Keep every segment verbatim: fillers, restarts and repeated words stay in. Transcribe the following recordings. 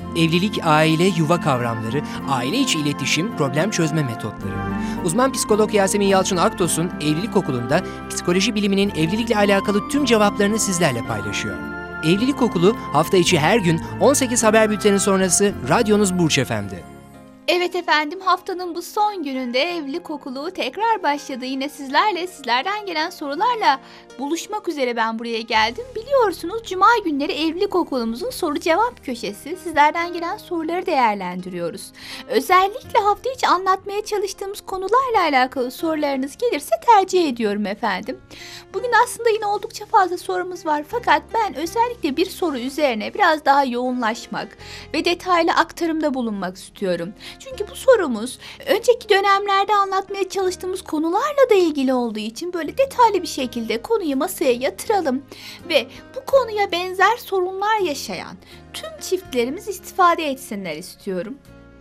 Evlilik, aile, yuva kavramları, aile içi iletişim, problem çözme metotları. Uzman psikolog Yasemin Yalçın Aktos'un Evlilik Okulu'nda psikoloji biliminin evlilikle alakalı tüm cevaplarını sizlerle paylaşıyor. Evlilik Okulu hafta içi her gün on sekiz haber bülteni sonrası radyonuz Burç Efendi. Evet efendim, haftanın bu son gününde Evlilik Okulu tekrar başladı. Yine sizlerle, sizlerden gelen sorularla buluşmak üzere ben buraya geldim. Biliyorsunuz Cuma günleri Evlilik Okulumuzun soru cevap köşesi. Sizlerden gelen soruları değerlendiriyoruz. Özellikle hafta içi anlatmaya çalıştığımız konularla alakalı sorularınız gelirse tercih ediyorum efendim. Bugün aslında yine oldukça fazla sorumuz var, fakat ben özellikle bir soru üzerine biraz daha yoğunlaşmak ve detaylı aktarımda bulunmak istiyorum. Çünkü bu sorumuz önceki dönemlerde anlatmaya çalıştığımız konularla da ilgili olduğu için böyle detaylı bir şekilde konuyu masaya yatıralım ve bu konuya benzer sorunlar yaşayan tüm çiftlerimiz istifade etsinler istiyorum.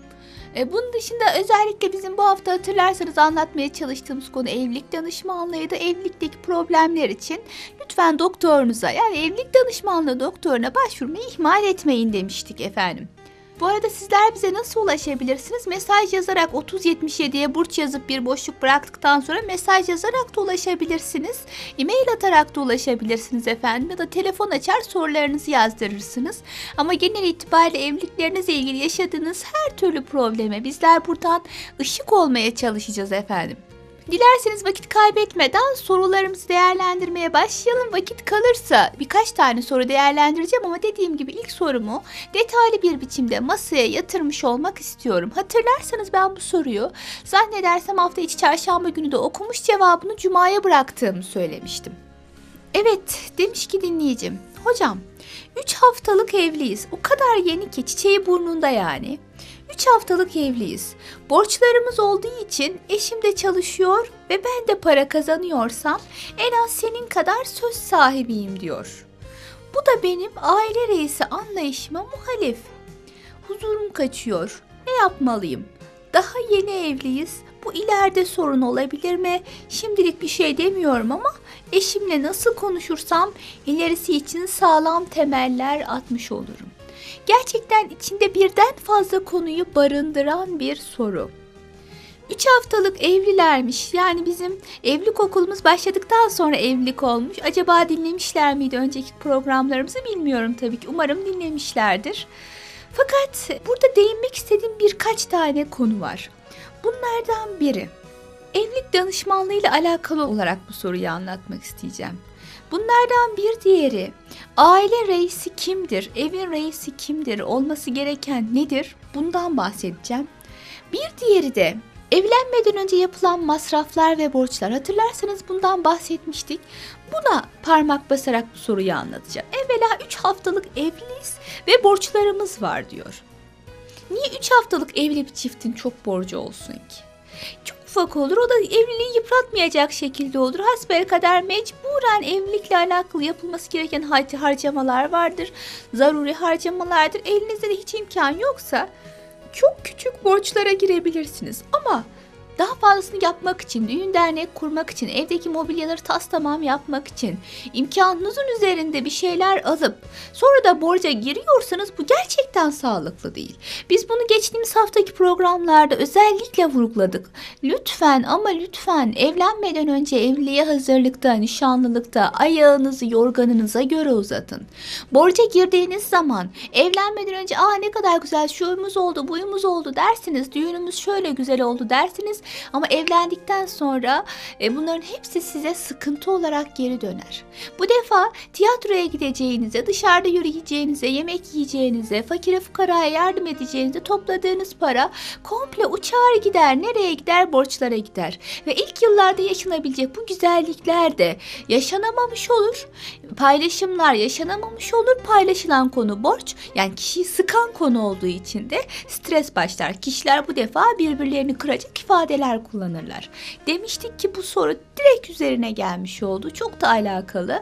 E, bunun dışında özellikle bizim bu hafta hatırlarsanız anlatmaya çalıştığımız konu evlilik danışmanlığıydı. Evlilikteki problemler için lütfen doktorunuza, yani evlilik danışmanlığı doktoruna başvurmayı ihmal etmeyin demiştik efendim. Bu arada sizler bize nasıl ulaşabilirsiniz? Mesaj yazarak otuz yetmiş yediye Burç yazıp bir boşluk bıraktıktan sonra mesaj yazarak da ulaşabilirsiniz. E-mail atarak da ulaşabilirsiniz efendim. Ya da telefon açar sorularınızı yazdırırsınız. Ama genel itibariyle evliliklerinizle ilgili yaşadığınız her türlü probleme bizler buradan ışık olmaya çalışacağız efendim. Dilerseniz vakit kaybetmeden sorularımızı değerlendirmeye başlayalım. Vakit kalırsa birkaç tane soru değerlendireceğim ama dediğim gibi ilk sorumu detaylı bir biçimde masaya yatırmış olmak istiyorum. Hatırlarsanız ben bu soruyu zannedersem hafta içi çarşamba günü de okumuş, cevabını Cuma'ya bıraktığımı söylemiştim. Evet, demiş ki dinleyicim, hocam üç haftalık evliyiz, o kadar yeni ki çiçeği burnunda yani. üç haftalık evliyiz. Borçlarımız olduğu için eşim de çalışıyor ve ben de para kazanıyorsam en az senin kadar söz sahibiyim diyor. Bu da benim aile reisi anlayışıma muhalif. Huzurum kaçıyor. Ne yapmalıyım? Daha yeni evliyiz. Bu ileride sorun olabilir mi? Şimdilik bir şey demiyorum ama eşimle nasıl konuşursam ilerisi için sağlam temeller atmış olurum. Gerçekten içinde birden fazla konuyu barındıran bir soru. üç haftalık evlilermiş. Yani bizim evlilik okulumuz başladıktan sonra evlilik olmuş. Acaba dinlemişler miydi önceki programlarımızı bilmiyorum tabii ki. Umarım dinlemişlerdir. Fakat burada değinmek istediğim birkaç tane konu var. Bunlardan biri, evlilik danışmanlığı ile alakalı olarak bu soruyu anlatmak isteyeceğim. Bunlardan bir diğeri, aile reisi kimdir, evin reisi kimdir, olması gereken nedir? Bundan bahsedeceğim. Bir diğeri de evlenmeden önce yapılan masraflar ve borçlar. Hatırlarsanız bundan bahsetmiştik. Buna parmak basarak bu soruyu anlatacağım. Evvela üç haftalık evliyiz ve borçlarımız var diyor. Niye üç haftalık evli bir çiftin çok borcu olsun ki? Çok ufak olur, o da evliliği yıpratmayacak şekilde olur. Hasbelkader mecburen evlilikle alakalı yapılması gereken harcamalar vardır. Zaruri harcamalardır. Elinizde de hiç imkan yoksa çok küçük borçlara girebilirsiniz. Ama daha fazlasını yapmak için, düğün dernek kurmak için, evdeki mobilyaları tas tamam yapmak için imkanınızın üzerinde bir şeyler alıp sonra da borca giriyorsanız bu gerçekten sağlıklı değil. Biz bunu geçtiğimiz haftaki programlarda özellikle vurguladık. Lütfen ama lütfen evlenmeden önce evliliğe hazırlıkta, nişanlılıkta ayağınızı yorganınıza göre uzatın. Borca girdiğiniz zaman evlenmeden önce aa ne kadar güzel şuyumuz oldu, buyumuz oldu dersiniz, düğünümüz şöyle güzel oldu dersiniz. Ama evlendikten sonra e, bunların hepsi size sıkıntı olarak geri döner. Bu defa tiyatroya gideceğinize, dışarıda yürüyeceğinize, yemek yiyeceğinize, fakire fukaraya yardım edeceğinize topladığınız para komple uçar gider. Nereye gider? Borçlara gider. Ve ilk yıllarda yaşanabilecek bu güzellikler de yaşanamamış olur. Paylaşımlar yaşanamamış olur. Paylaşılan konu borç. Yani kişiyi sıkan konu olduğu için de stres başlar. Kişiler bu defa birbirlerini kıracak ifadeler kullanırlar. Demiştik ki bu soru direkt üzerine gelmiş oldu. Çok da alakalı.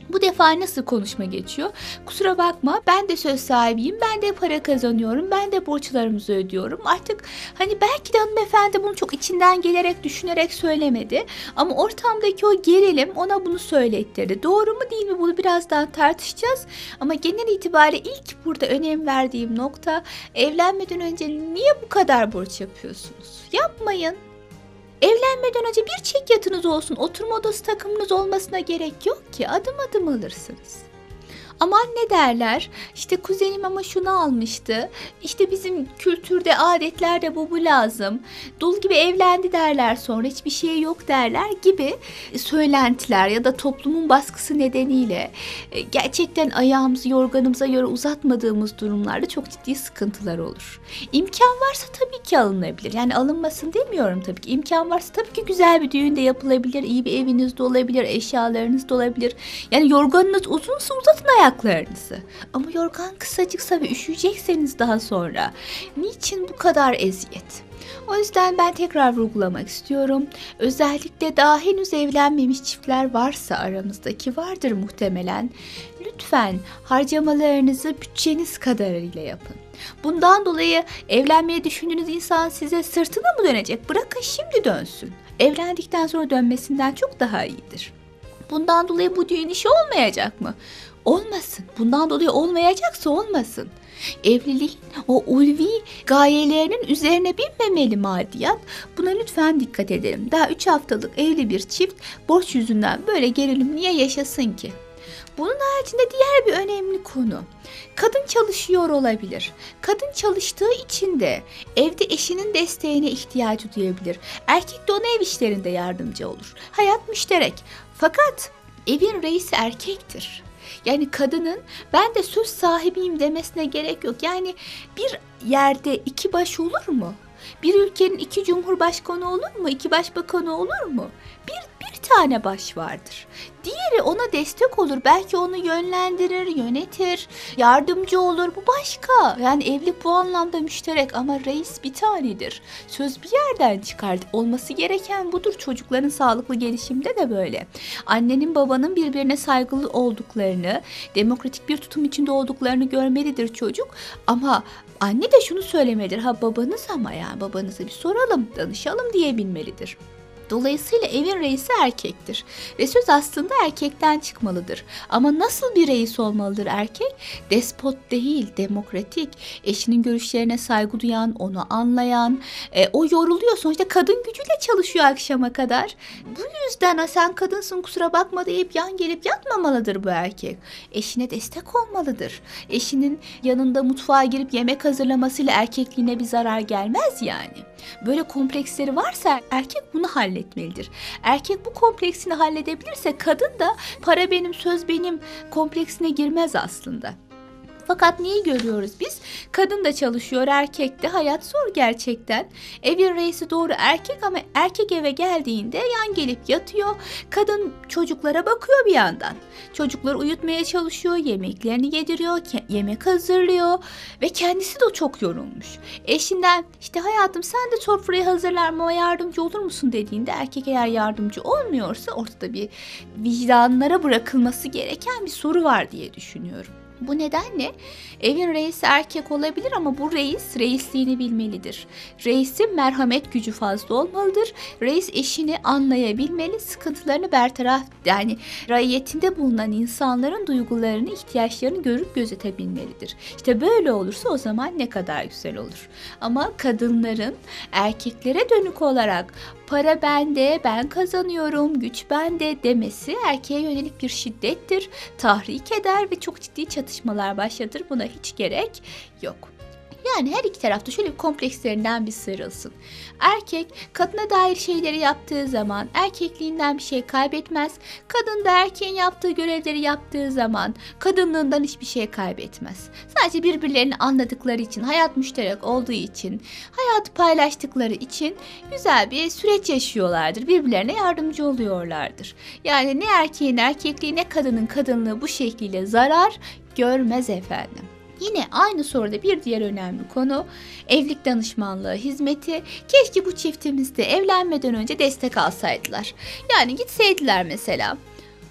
Bu defa nasıl konuşma geçiyor? Kusura bakma, ben de söz sahibiyim, ben de para kazanıyorum, ben de borçlarımızı ödüyorum. Artık hani belki de hanımefendi bunu çok içinden gelerek, düşünerek söylemedi. Ama ortamdaki o gerilim ona bunu söylettirdi. Doğru mu değil mi, bunu birazdan tartışacağız. Ama genel itibariyle ilk burada önem verdiğim nokta, evlenmeden önce niye bu kadar borç yapıyorsunuz? Yapmayın. Evlenmeden önce bir çek yatınız olsun, oturma odası takımınız olmasına gerek yok ki, adım adım alırsınız. Aman ne derler, işte kuzenim ama şunu almıştı, işte bizim kültürde, adetlerde bu bu lazım, dul gibi evlendi derler, sonra hiçbir şey yok derler gibi söylentiler ya da toplumun baskısı nedeniyle gerçekten ayağımızı yorganımıza göre uzatmadığımız durumlarda çok ciddi sıkıntılar olur. İmkan varsa tabii ki alınabilir, yani alınmasın demiyorum tabii ki, imkan varsa tabii ki güzel bir düğün de yapılabilir, iyi bir eviniz de olabilir, eşyalarınız da olabilir, yani yorganınız uzunsa uzatın ayaklarınızı. ayaklarınızı. Ama yorgan kısacıksa ve üşüyecekseniz daha sonra niçin bu kadar eziyet? O yüzden ben tekrar vurgulamak istiyorum. Özellikle daha henüz evlenmemiş çiftler varsa aramızdaki, vardır muhtemelen. Lütfen harcamalarınızı bütçeniz kadarıyla yapın. Bundan dolayı evlenmeyi düşündüğünüz insan size sırtına mı dönecek? Bırakın şimdi dönsün. Evlendikten sonra dönmesinden çok daha iyidir. Bundan dolayı bu düğün işi olmayacak mı? Olmasın. Bundan dolayı olmayacaksa olmasın. Evliliğin o ulvi gayelerinin üzerine binmemeli maddiyat. Buna lütfen dikkat edelim. Daha üç haftalık evli bir çift borç yüzünden böyle gerilim niye yaşasın ki? Bunun haricinde diğer bir önemli konu. Kadın çalışıyor olabilir. Kadın çalıştığı için de evde eşinin desteğine ihtiyacı duyabilir. Erkek de ona ev işlerinde yardımcı olur. Hayat müşterek. Fakat evin reisi erkektir. Yani kadının ben de söz sahibiyim demesine gerek yok. Yani bir yerde iki baş olur mu? Bir ülkenin iki cumhurbaşkanı olur mu? İki başbakanı olur mu? Bir, bir tane baş vardır. Diğeri ona destek olur. Belki onu yönlendirir, yönetir, yardımcı olur. Bu başka. Yani evlilik bu anlamda müşterek ama reis bir tanedir. Söz bir yerden çıkar. Olması gereken budur. Çocukların sağlıklı gelişimde de böyle. Annenin babanın birbirine saygılı olduklarını, demokratik bir tutum içinde olduklarını görmelidir çocuk. Ama anne de şunu söylemelidir. Ha babanız ama yani babanıza bir soralım, danışalım diyebilmelidir. Dolayısıyla evin reisi erkektir ve söz aslında erkekten çıkmalıdır. Ama nasıl bir reis olmalıdır erkek? Despot değil, demokratik, eşinin görüşlerine saygı duyan, onu anlayan, e, o yoruluyor sonuçta, kadın gücüyle çalışıyor akşama kadar. Bu yüzden ha, sen kadınsın kusura bakma deyip yan gelip yatmamalıdır bu erkek. Eşine destek olmalıdır. Eşinin yanında mutfağa girip yemek hazırlamasıyla erkekliğine bir zarar gelmez yani. Böyle kompleksleri varsa erkek bunu halletmelidir. Erkek bu kompleksini halledebilirse kadın da para benim, söz benim kompleksine girmez aslında. Fakat neyi görüyoruz biz? Kadın da çalışıyor, erkek de. Hayat zor gerçekten. Evin reisi doğru erkek ama erkek eve geldiğinde yan gelip yatıyor. Kadın çocuklara bakıyor bir yandan. Çocukları uyutmaya çalışıyor, yemeklerini yediriyor, ke- yemek hazırlıyor ve kendisi de çok yorulmuş. Eşinden işte hayatım sen de sofrayı hazırlarmama yardımcı olur musun dediğinde erkek eğer yardımcı olmuyorsa ortada bir vicdanlara bırakılması gereken bir soru var diye düşünüyorum. Bu nedenle evin reisi erkek olabilir ama bu reis reisliğini bilmelidir. Reisin merhamet gücü fazla olmalıdır. Reis eşini anlayabilmeli, sıkıntılarını bertaraf, yani raiyetinde bulunan insanların duygularını, ihtiyaçlarını görüp gözetebilmelidir. İşte böyle olursa o zaman ne kadar güzel olur. Ama kadınların erkeklere dönük olarak para bende, ben kazanıyorum, güç bende demesi erkeğe yönelik bir şiddettir, tahrik eder ve çok ciddi çatışmalar başlatır. Buna hiç gerek yok. Yani her iki tarafta şöyle bir komplekslerinden bir sıyrılsın. Erkek kadına dair şeyleri yaptığı zaman erkekliğinden bir şey kaybetmez. Kadın da erkeğin yaptığı görevleri yaptığı zaman kadınlığından hiçbir şey kaybetmez. Sadece birbirlerini anladıkları için, hayat müşterek olduğu için, hayatı paylaştıkları için güzel bir süreç yaşıyorlardır. Birbirlerine yardımcı oluyorlardır. Yani ne erkeğin erkekliği ne kadının kadınlığı bu şekliyle zarar görmez efendim. Yine aynı soruda bir diğer önemli konu evlilik danışmanlığı hizmeti. Keşke bu çiftimizde evlenmeden önce destek alsaydılar. Yani gitseydiler mesela.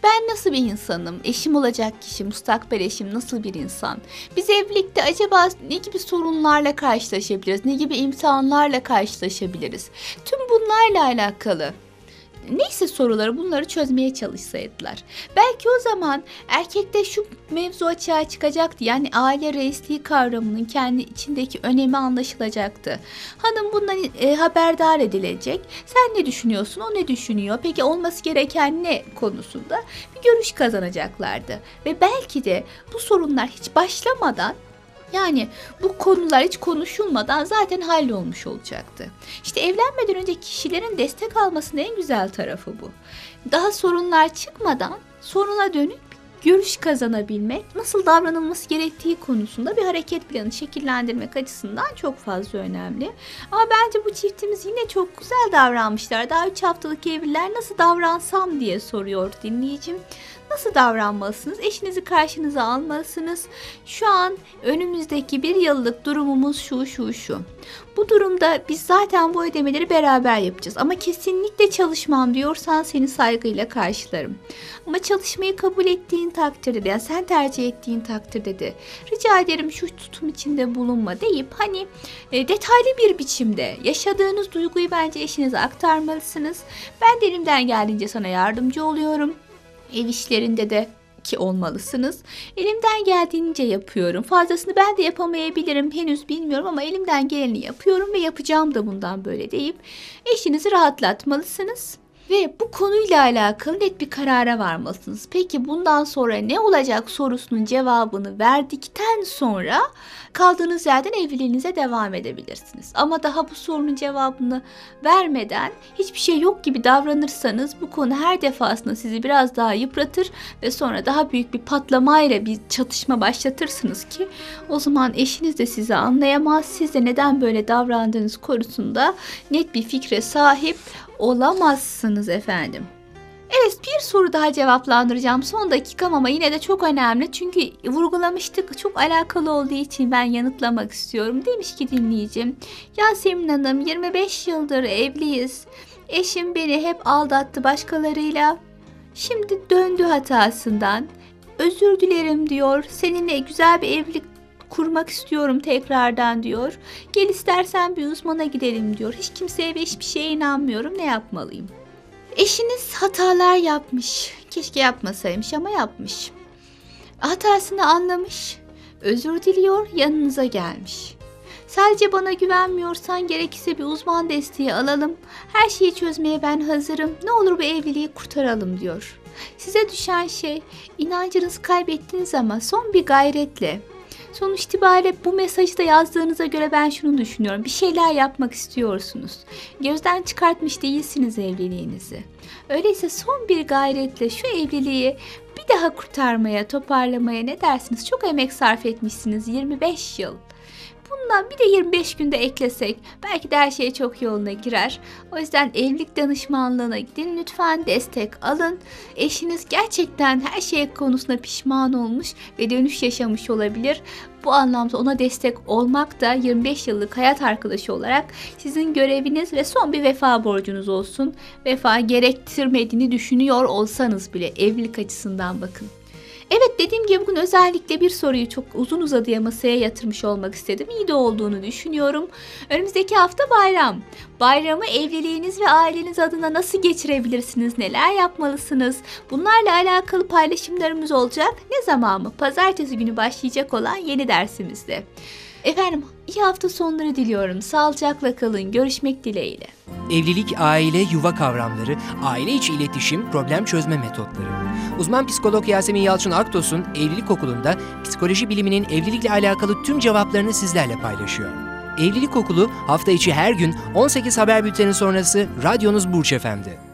Ben nasıl bir insanım? Eşim olacak kişi, müstakbel eşim nasıl bir insan? Biz evlilikte acaba ne gibi sorunlarla karşılaşabiliriz? Ne gibi imtihanlarla karşılaşabiliriz? Tüm bunlarla alakalı. Neyse soruları, bunları çözmeye çalışsaydılar. Belki o zaman erkekte şu mevzu açığa çıkacaktı. Yani aile reisliği kavramının kendi içindeki önemi anlaşılacaktı. Hanım bundan e, haberdar edilecek. Sen ne düşünüyorsun, o ne düşünüyor? Peki olması gereken ne konusunda bir görüş kazanacaklardı. Ve belki de bu sorunlar hiç başlamadan, yani bu konular hiç konuşulmadan zaten hallolmuş olacaktı. İşte evlenmeden önce kişilerin destek almasının en güzel tarafı bu. Daha sorunlar çıkmadan soruna dönüp görüş kazanabilmek, nasıl davranılması gerektiği konusunda bir hareket planı şekillendirmek açısından çok fazla önemli. Ama bence bu çiftimiz yine çok güzel davranmışlar. Daha üç haftalık evliler nasıl davransam diye soruyor dinleyicim. Nasıl davranmalısınız? Eşinizi karşınıza almalısınız. Şu an önümüzdeki bir yıllık durumumuz şu şu şu. Bu durumda biz zaten bu ödemeleri beraber yapacağız. Ama kesinlikle çalışmam diyorsan seni saygıyla karşılarım. Ama çalışmayı kabul ettiğin takdirde, yani sen tercih ettiğin takdirde de rica ederim şu tutum içinde bulunma deyip hani e, detaylı bir biçimde yaşadığınız duyguyu bence eşinize aktarmalısınız. Ben de elimden geldiğince sana yardımcı oluyorum. Ev işlerinde de ki olmalısınız. Elimden geldiğince yapıyorum. Fazlasını ben de yapamayabilirim. Henüz bilmiyorum ama elimden geleni yapıyorum ve yapacağım da bundan böyle deyip eşinizi rahatlatmalısınız. Ve bu konuyla alakalı net bir karara varmalısınız. Peki bundan sonra ne olacak sorusunun cevabını verdikten sonra kaldığınız yerden evliliğinize devam edebilirsiniz. Ama daha bu sorunun cevabını vermeden hiçbir şey yok gibi davranırsanız bu konu her defasında sizi biraz daha yıpratır ve sonra daha büyük bir patlamayla bir çatışma başlatırsınız ki o zaman eşiniz de sizi anlayamaz. Siz de neden böyle davrandığınız konusunda net bir fikre sahip olamazsınız efendim. Evet, bir soru daha cevaplandıracağım. Son dakikam ama yine de çok önemli. Çünkü vurgulamıştık, çok alakalı olduğu için ben yanıtlamak istiyorum. Demiş ki dinleyicim, Yasemin Hanım yirmi beş yıldır evliyiz. Eşim beni hep aldattı başkalarıyla. Şimdi döndü hatasından. Özür dilerim diyor. Seninle güzel bir evlilik kurmak istiyorum tekrardan diyor. Gel istersen bir uzmana gidelim diyor. Hiç kimseye ve hiçbir şeye inanmıyorum. Ne yapmalıyım? Eşiniz hatalar yapmış. Keşke yapmasaymış ama yapmış. Hatasını anlamış. Özür diliyor, yanınıza gelmiş. Sadece bana güvenmiyorsan gerekirse bir uzman desteği alalım. Her şeyi çözmeye ben hazırım. Ne olur bu evliliği kurtaralım diyor. Size düşen şey, inancınızı kaybettiniz ama son bir gayretle. Sonuç itibariyle bu mesajı da yazdığınıza göre ben şunu düşünüyorum. Bir şeyler yapmak istiyorsunuz. Gözden çıkartmış değilsiniz evliliğinizi. Öyleyse son bir gayretle şu evliliği bir daha kurtarmaya, toparlamaya ne dersiniz? Çok emek sarf etmişsiniz, yirmi beş yıl. Bundan bir de yirmi beş günde eklesek belki de her şey çok yoluna girer. O yüzden evlilik danışmanlığına gidin lütfen, destek alın. Eşiniz gerçekten her şey konusunda pişman olmuş ve dönüş yaşamış olabilir. Bu anlamda ona destek olmak da yirmi beş yıllık hayat arkadaşı olarak sizin göreviniz ve son bir vefa borcunuz olsun. Vefa gerektirmediğini düşünüyor olsanız bile evlilik açısından bakın. Evet, dediğim gibi bugün özellikle bir soruyu çok uzun uzadıya masaya yatırmış olmak istedim. İyi de olduğunu düşünüyorum. Önümüzdeki hafta bayram. Bayramı evliliğiniz ve aileniz adına nasıl geçirebilirsiniz? Neler yapmalısınız? Bunlarla alakalı paylaşımlarımız olacak. Ne zaman mı? Pazartesi günü başlayacak olan yeni dersimizde. Efendim, iyi hafta sonları diliyorum. Sağlıcakla kalın. Görüşmek dileğiyle. Evlilik, aile, yuva kavramları, aile içi iletişim, problem çözme metotları. Uzman psikolog Yasemin Yalçın Aktos'un Evlilik Okulu'nda psikoloji biliminin evlilikle alakalı tüm cevaplarını sizlerle paylaşıyor. Evlilik Okulu hafta içi her gün on sekiz haber bülteni sonrası radyonuz Burç F M'de.